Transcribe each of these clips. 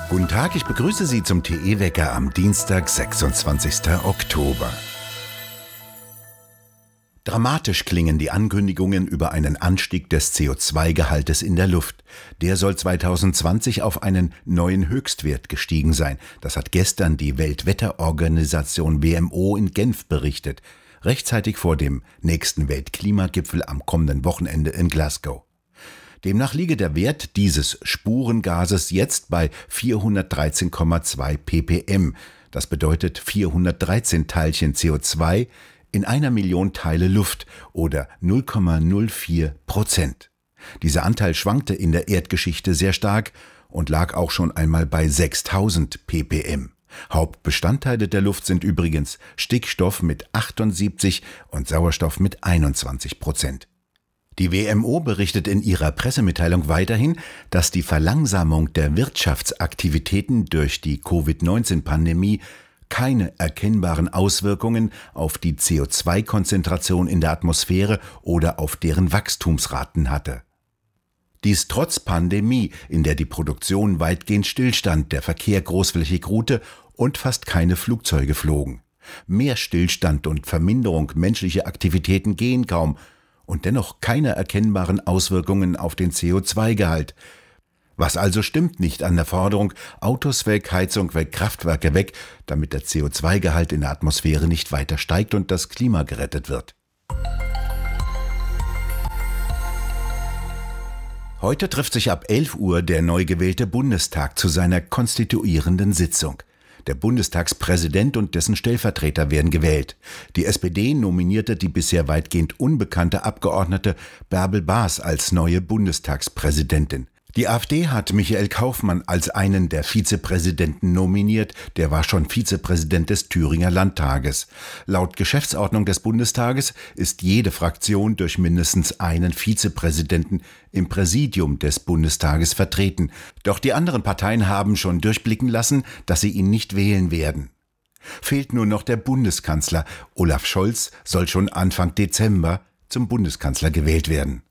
Guten Tag, ich begrüße Sie zum TE-Wecker am Dienstag, 26. Oktober. Dramatisch klingen die Ankündigungen über einen Anstieg des CO2-Gehaltes in der Luft. Der soll 2020 auf einen neuen Höchstwert gestiegen sein. Das hat gestern die Weltwetterorganisation WMO in Genf berichtet, rechtzeitig vor dem nächsten Weltklimagipfel am kommenden Wochenende in Glasgow. Demnach liege der Wert dieses Spurengases jetzt bei 413,2 ppm. Das bedeutet 413 Teilchen CO2 in 1 Million Teile Luft oder 0,04%. Dieser Anteil schwankte in der Erdgeschichte sehr stark und lag auch schon einmal bei 6000 ppm. Hauptbestandteile der Luft sind übrigens Stickstoff mit 78 und Sauerstoff mit 21%. Die WMO berichtet in ihrer Pressemitteilung weiterhin, dass die Verlangsamung der Wirtschaftsaktivitäten durch die Covid-19-Pandemie keine erkennbaren Auswirkungen auf die CO2-Konzentration in der Atmosphäre oder auf deren Wachstumsraten hatte. Dies trotz Pandemie, in der die Produktion weitgehend stillstand, der Verkehr großflächig ruhte und fast keine Flugzeuge flogen. Mehr Stillstand und Verminderung menschlicher Aktivitäten gehen kaum und dennoch keine erkennbaren Auswirkungen auf den CO2-Gehalt. Was also stimmt nicht an der Forderung, Autos weg, Heizung weg, Kraftwerke weg, damit der CO2-Gehalt in der Atmosphäre nicht weiter steigt und das Klima gerettet wird? Heute trifft sich ab 11 Uhr der neu gewählte Bundestag zu seiner konstituierenden Sitzung. Der Bundestagspräsident und dessen Stellvertreter werden gewählt. Die SPD nominierte die bisher weitgehend unbekannte Abgeordnete Bärbel Baas als neue Bundestagspräsidentin. Die AfD hat Michael Kaufmann als einen der Vizepräsidenten nominiert, der war schon Vizepräsident des Thüringer Landtages. Laut Geschäftsordnung des Bundestages ist jede Fraktion durch mindestens einen Vizepräsidenten im Präsidium des Bundestages vertreten. Doch die anderen Parteien haben schon durchblicken lassen, dass sie ihn nicht wählen werden. Fehlt nur noch der Bundeskanzler. Olaf Scholz soll schon Anfang Dezember zum Bundeskanzler gewählt werden.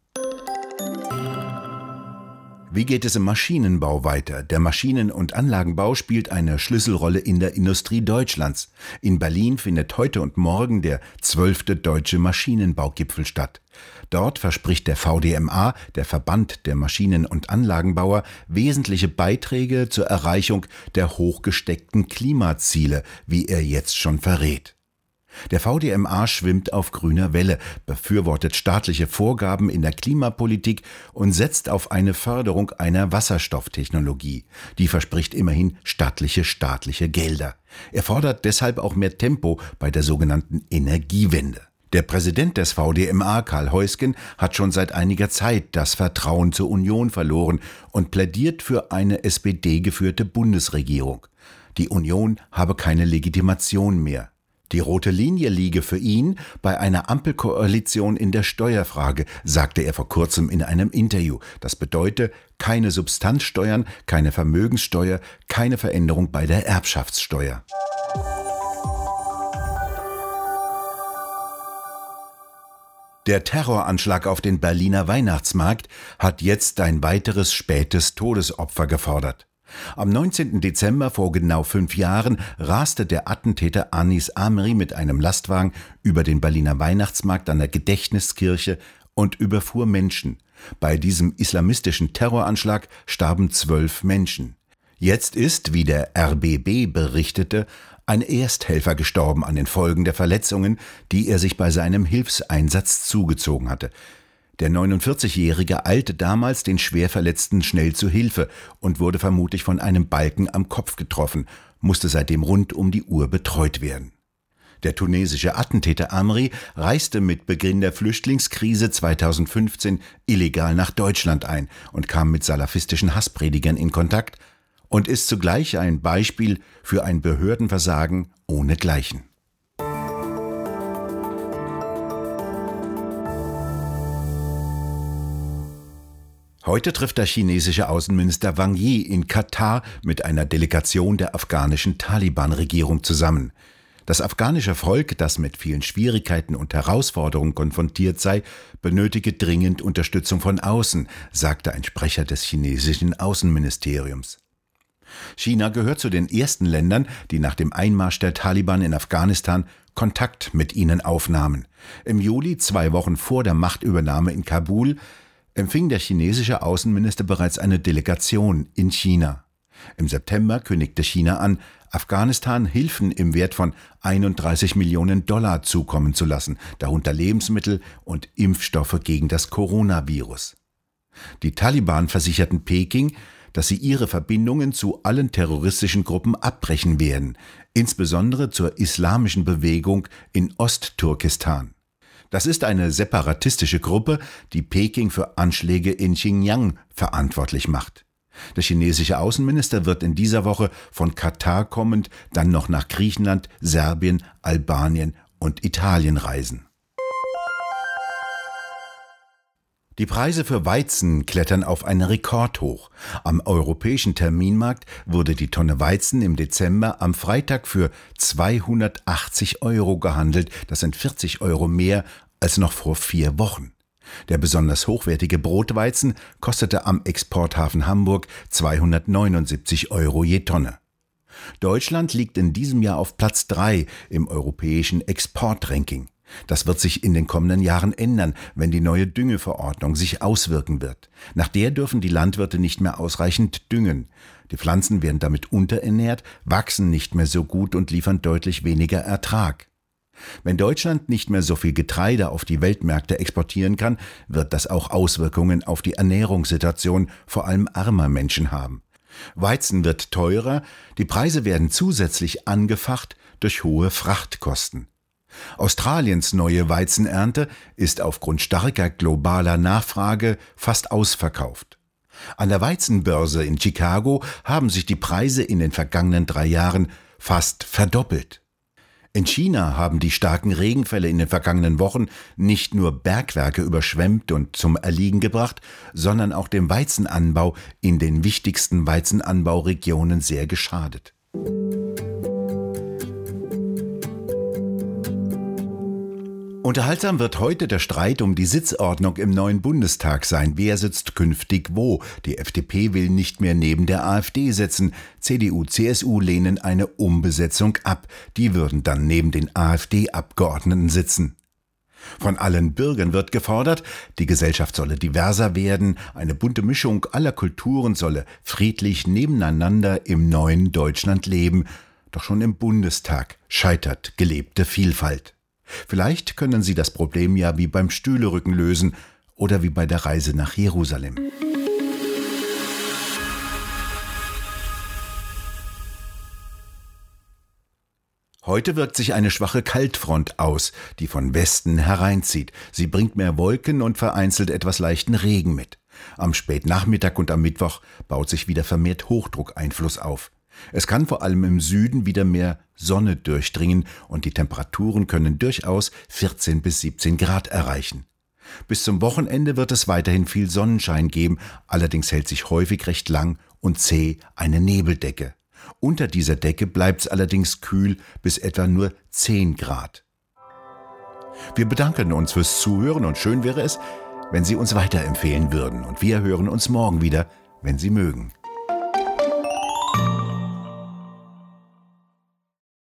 Wie geht es im Maschinenbau weiter? Der Maschinen- und Anlagenbau spielt eine Schlüsselrolle in der Industrie Deutschlands. In Berlin findet heute und morgen der 12. Deutsche Maschinenbaugipfel statt. Dort verspricht der VDMA, der Verband der Maschinen- und Anlagenbauer, wesentliche Beiträge zur Erreichung der hochgesteckten Klimaziele, wie er jetzt schon verrät. Der VDMA schwimmt auf grüner Welle, befürwortet staatliche Vorgaben in der Klimapolitik und setzt auf eine Förderung einer Wasserstofftechnologie. Die verspricht immerhin stattliche Gelder. Er fordert deshalb auch mehr Tempo bei der sogenannten Energiewende. Der Präsident des VDMA, Karl Heusgen, hat schon seit einiger Zeit das Vertrauen zur Union verloren und plädiert für eine SPD-geführte Bundesregierung. Die Union habe keine Legitimation mehr. Die rote Linie liege für ihn bei einer Ampelkoalition in der Steuerfrage, sagte er vor kurzem in einem Interview. Das bedeute keine Substanzsteuern, keine Vermögenssteuer, keine Veränderung bei der Erbschaftssteuer. Der Terroranschlag auf den Berliner Weihnachtsmarkt hat jetzt ein weiteres spätes Todesopfer gefordert. Am 19. Dezember vor genau 5 Jahren raste der Attentäter Anis Amri mit einem Lastwagen über den Berliner Weihnachtsmarkt an der Gedächtniskirche und überfuhr Menschen. Bei diesem islamistischen Terroranschlag starben 12 Menschen. Jetzt ist, wie der RBB berichtete, ein Ersthelfer gestorben an den Folgen der Verletzungen, die er sich bei seinem Hilfseinsatz zugezogen hatte. Der 49-Jährige eilte damals den Schwerverletzten schnell zu Hilfe und wurde vermutlich von einem Balken am Kopf getroffen, musste seitdem rund um die Uhr betreut werden. Der tunesische Attentäter Amri reiste mit Beginn der Flüchtlingskrise 2015 illegal nach Deutschland ein und kam mit salafistischen Hasspredigern in Kontakt und ist zugleich ein Beispiel für ein Behördenversagen ohnegleichen. Heute trifft der chinesische Außenminister Wang Yi in Katar mit einer Delegation der afghanischen Taliban-Regierung zusammen. Das afghanische Volk, das mit vielen Schwierigkeiten und Herausforderungen konfrontiert sei, benötige dringend Unterstützung von außen, sagte ein Sprecher des chinesischen Außenministeriums. China gehört zu den ersten Ländern, die nach dem Einmarsch der Taliban in Afghanistan Kontakt mit ihnen aufnahmen. Im Juli, 2 Wochen vor der Machtübernahme in Kabul, empfing der chinesische Außenminister bereits eine Delegation in China. Im September kündigte China an, Afghanistan Hilfen im Wert von 31 Millionen $ zukommen zu lassen, darunter Lebensmittel und Impfstoffe gegen das Coronavirus. Die Taliban versicherten Peking, dass sie ihre Verbindungen zu allen terroristischen Gruppen abbrechen werden, insbesondere zur islamischen Bewegung in Ostturkestan. Das ist eine separatistische Gruppe, die Peking für Anschläge in Xinjiang verantwortlich macht. Der chinesische Außenminister wird in dieser Woche von Katar kommend dann noch nach Griechenland, Serbien, Albanien und Italien reisen. Die Preise für Weizen klettern auf einen Rekord hoch. Am europäischen Terminmarkt wurde die Tonne Weizen im Dezember am Freitag für 280 € gehandelt. Das sind 40 € mehr als noch vor 4 Wochen. Der besonders hochwertige Brotweizen kostete am Exporthafen Hamburg 279 € je Tonne. Deutschland liegt in diesem Jahr auf Platz 3 im europäischen Exportranking. Das wird sich in den kommenden Jahren ändern, wenn die neue Düngeverordnung sich auswirken wird. Nach der dürfen die Landwirte nicht mehr ausreichend düngen. Die Pflanzen werden damit unterernährt, wachsen nicht mehr so gut und liefern deutlich weniger Ertrag. Wenn Deutschland nicht mehr so viel Getreide auf die Weltmärkte exportieren kann, wird das auch Auswirkungen auf die Ernährungssituation vor allem armer Menschen haben. Weizen wird teurer, die Preise werden zusätzlich angefacht durch hohe Frachtkosten. Australiens neue Weizenernte ist aufgrund starker globaler Nachfrage fast ausverkauft. An der Weizenbörse in Chicago haben sich die Preise in den vergangenen 3 Jahren fast verdoppelt. In China haben die starken Regenfälle in den vergangenen Wochen nicht nur Bergwerke überschwemmt und zum Erliegen gebracht, sondern auch dem Weizenanbau in den wichtigsten Weizenanbauregionen sehr geschadet. Unterhaltsam wird heute der Streit um die Sitzordnung im neuen Bundestag sein. Wer sitzt künftig wo? Die FDP will nicht mehr neben der AfD sitzen. CDU, CSU lehnen eine Umbesetzung ab. Die würden dann neben den AfD-Abgeordneten sitzen. Von allen Bürgern wird gefordert, die Gesellschaft solle diverser werden, eine bunte Mischung aller Kulturen solle friedlich nebeneinander im neuen Deutschland leben. Doch schon im Bundestag scheitert gelebte Vielfalt. Vielleicht können Sie das Problem ja wie beim Stühlerücken lösen oder wie bei der Reise nach Jerusalem. Heute wirkt sich eine schwache Kaltfront aus, die von Westen hereinzieht. Sie bringt mehr Wolken und vereinzelt etwas leichten Regen mit. Am Spätnachmittag und am Mittwoch baut sich wieder vermehrt Hochdruckeinfluss auf. Es kann vor allem im Süden wieder mehr Sonne durchdringen und die Temperaturen können durchaus 14 bis 17 Grad erreichen. Bis zum Wochenende wird es weiterhin viel Sonnenschein geben, allerdings hält sich häufig recht lang und zäh eine Nebeldecke. Unter dieser Decke bleibt es allerdings kühl bis etwa nur 10 Grad. Wir bedanken uns fürs Zuhören und schön wäre es, wenn Sie uns weiterempfehlen würden. Und wir hören uns morgen wieder, wenn Sie mögen.